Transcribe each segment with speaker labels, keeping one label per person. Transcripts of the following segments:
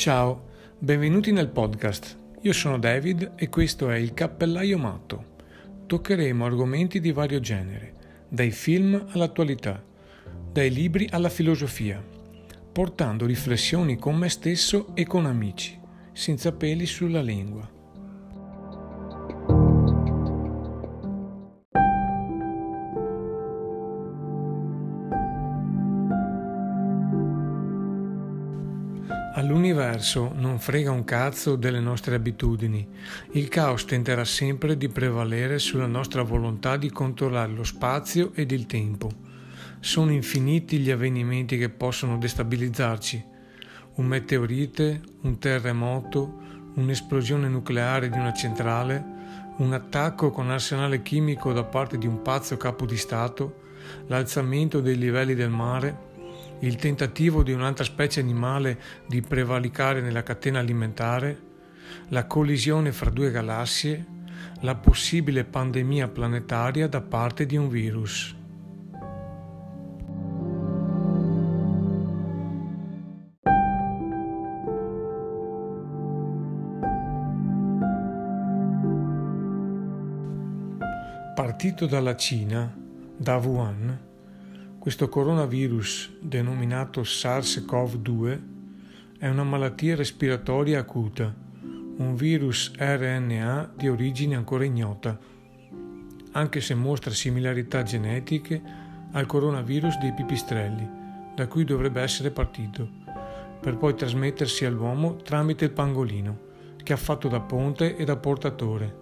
Speaker 1: Ciao, benvenuti nel podcast. Io sono David e questo è il Cappellaio Matto. Toccheremo argomenti di vario genere, dai film all'attualità, dai libri alla filosofia, portando riflessioni con me stesso e con amici, senza peli sulla lingua. All'universo non frega un cazzo delle nostre abitudini. Il caos tenterà sempre di prevalere sulla nostra volontà di controllare lo spazio ed il tempo. Sono infiniti gli avvenimenti che possono destabilizzarci. Un meteorite, un terremoto, un'esplosione nucleare di una centrale, un attacco con arsenale chimico da parte di un pazzo capo di Stato, l'alzamento dei livelli del mare, il tentativo di un'altra specie animale di prevalicare nella catena alimentare, la collisione fra due galassie, la possibile pandemia planetaria da parte di un virus. Partito dalla Cina, da Wuhan, questo coronavirus, denominato SARS-CoV-2, è una malattia respiratoria acuta, un virus RNA di origine ancora ignota, anche se mostra similarità genetiche al coronavirus dei pipistrelli, da cui dovrebbe essere partito, per poi trasmettersi all'uomo tramite il pangolino, che ha fatto da ponte e da portatore.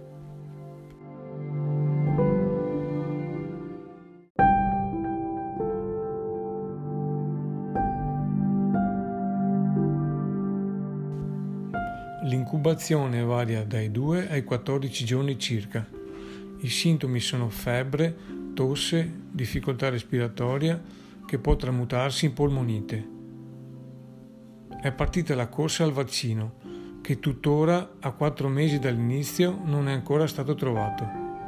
Speaker 1: L'incubazione varia dai 2 ai 14 giorni circa. I sintomi sono febbre, tosse, difficoltà respiratoria che può tramutarsi in polmonite. È partita la corsa al vaccino, che tuttora, a 4 mesi dall'inizio, non è ancora stato trovato.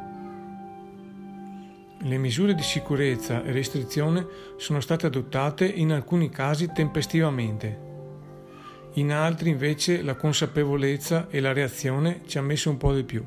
Speaker 1: Le misure di sicurezza e restrizione sono state adottate in alcuni casi tempestivamente. In altri invece la consapevolezza e la reazione ci ha messo un po' di più.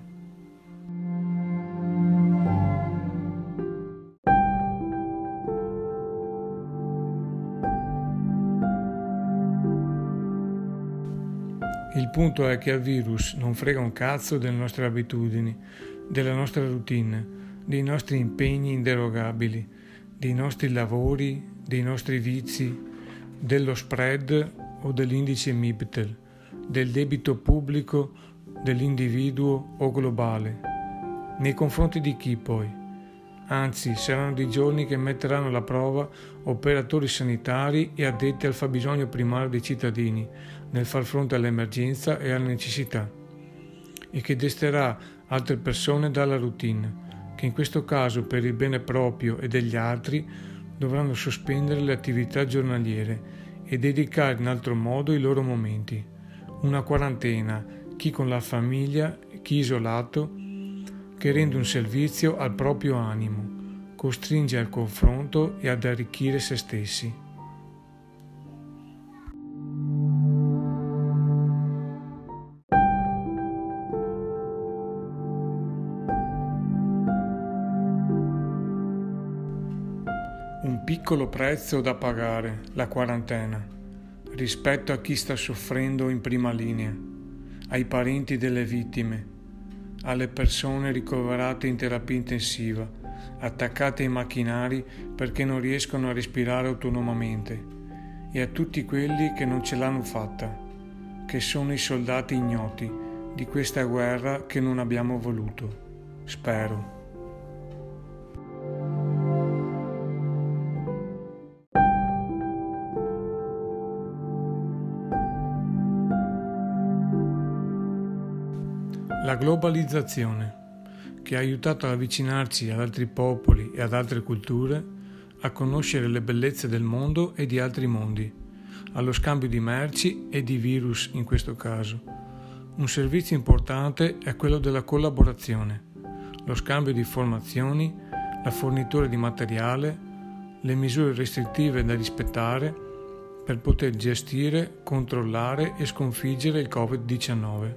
Speaker 1: Il punto è che al virus non frega un cazzo delle nostre abitudini, della nostra routine, dei nostri impegni inderogabili, dei nostri lavori, dei nostri vizi, dello spread o dell'indice MIPTEL, del debito pubblico, dell'individuo o globale. Nei confronti di chi poi? Anzi, saranno dei giorni che metteranno alla prova operatori sanitari e addetti al fabbisogno primario dei cittadini nel far fronte all'emergenza e alle necessità, e che desterà altre persone dalla routine, che in questo caso per il bene proprio e degli altri dovranno sospendere le attività giornaliere e dedicare in altro modo i loro momenti. Una quarantena, chi con la famiglia, chi isolato, che rende un servizio al proprio animo, costringe al confronto e ad arricchire se stessi. Un piccolo prezzo da pagare, la quarantena, rispetto a chi sta soffrendo in prima linea, ai parenti delle vittime, alle persone ricoverate in terapia intensiva, attaccate ai macchinari perché non riescono a respirare autonomamente, e a tutti quelli che non ce l'hanno fatta, che sono i soldati ignoti di questa guerra che non abbiamo voluto. Spero. La globalizzazione, che ha aiutato ad avvicinarci ad altri popoli e ad altre culture, a conoscere le bellezze del mondo e di altri mondi, allo scambio di merci e di virus in questo caso. Un servizio importante è quello della collaborazione, lo scambio di informazioni, la fornitura di materiale, le misure restrittive da rispettare, per poter gestire, controllare e sconfiggere il Covid-19.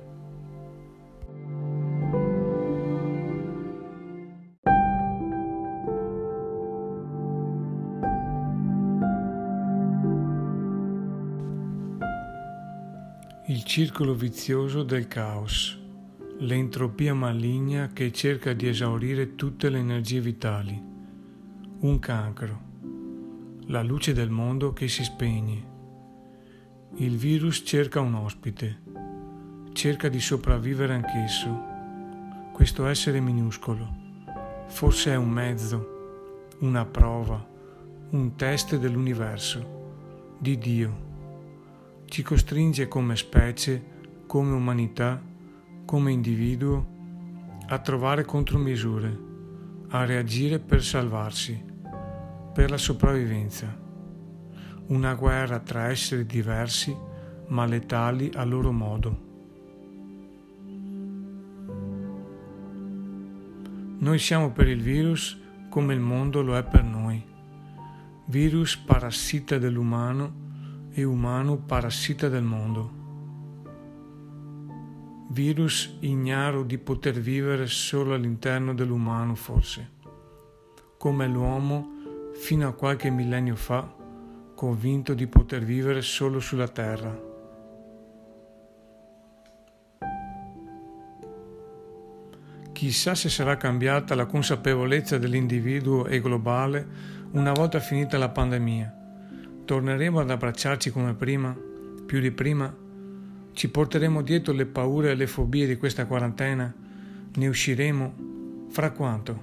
Speaker 1: Il circolo vizioso del caos, l'entropia maligna che cerca di esaurire tutte le energie vitali, un cancro, la luce del mondo che si spegne. Il virus cerca un ospite, cerca di sopravvivere anch'esso. Questo essere minuscolo, forse è un mezzo, una prova, un test dell'universo, di Dio. Ci costringe come specie, come umanità, come individuo, a trovare contromisure, a reagire per salvarsi, per la sopravvivenza. Una guerra tra esseri diversi, ma letali a loro modo. Noi siamo per il virus come il mondo lo è per noi. Virus parassita dell'umano e umano parassita del mondo. Virus ignaro di poter vivere solo all'interno dell'umano forse, come l'uomo fino a qualche millennio fa, convinto di poter vivere solo sulla terra. Chissà se sarà cambiata la consapevolezza dell'individuo e globale una volta finita la pandemia. Torneremo ad abbracciarci come prima, più di prima? Ci porteremo dietro le paure e le fobie di questa quarantena? Ne usciremo? Fra quanto?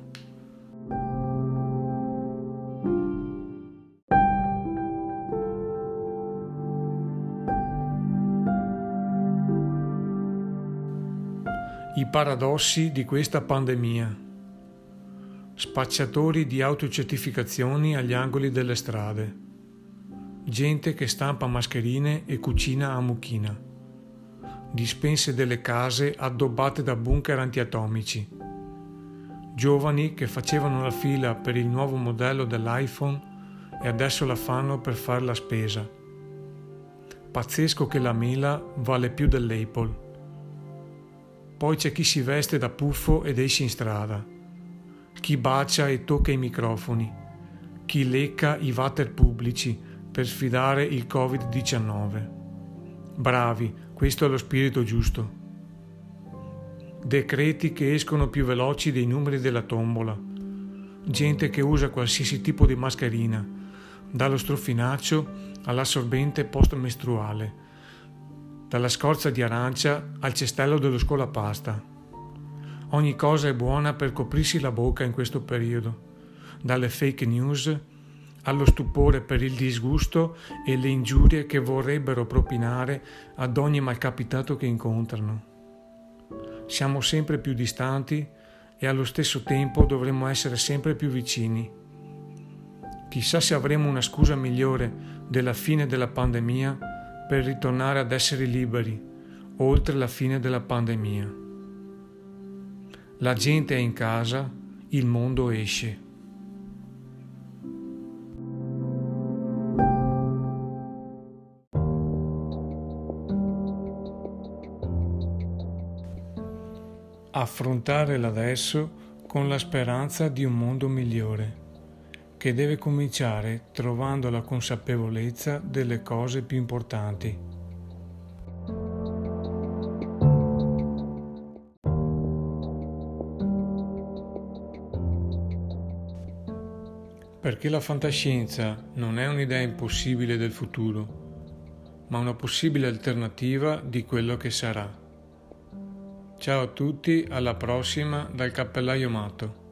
Speaker 1: I paradossi di questa pandemia. Spacciatori di autocertificazioni agli angoli delle strade. Gente che stampa mascherine e cucina a mucchina. Dispense delle case addobbate da bunker antiatomici. Giovani che facevano la fila per il nuovo modello dell'iPhone e adesso la fanno per fare la spesa. Pazzesco che la mela vale più dell'Apple. Poi c'è chi si veste da puffo ed esce in strada. Chi bacia e tocca i microfoni. Chi lecca i water pubblici per sfidare il Covid-19. Bravi, questo è lo spirito giusto. Decreti che escono più veloci dei numeri della tombola. Gente che usa qualsiasi tipo di mascherina, dallo strofinaccio all'assorbente post-mestruale, dalla scorza di arancia al cestello dello scolapasta. Ogni cosa è buona per coprirsi la bocca in questo periodo, dalle fake news allo stupore per il disgusto e le ingiurie che vorrebbero propinare ad ogni malcapitato che incontrano. Siamo sempre più distanti e allo stesso tempo dovremmo essere sempre più vicini. Chissà se avremo una scusa migliore della fine della pandemia per ritornare ad essere liberi, oltre la fine della pandemia. La gente è in casa, il mondo esce. Affrontare l'adesso con la speranza di un mondo migliore, che deve cominciare trovando la consapevolezza delle cose più importanti. Perché la fantascienza non è un'idea impossibile del futuro, ma una possibile alternativa di quello che sarà. Ciao a tutti, alla prossima dal Cappellaio Matto.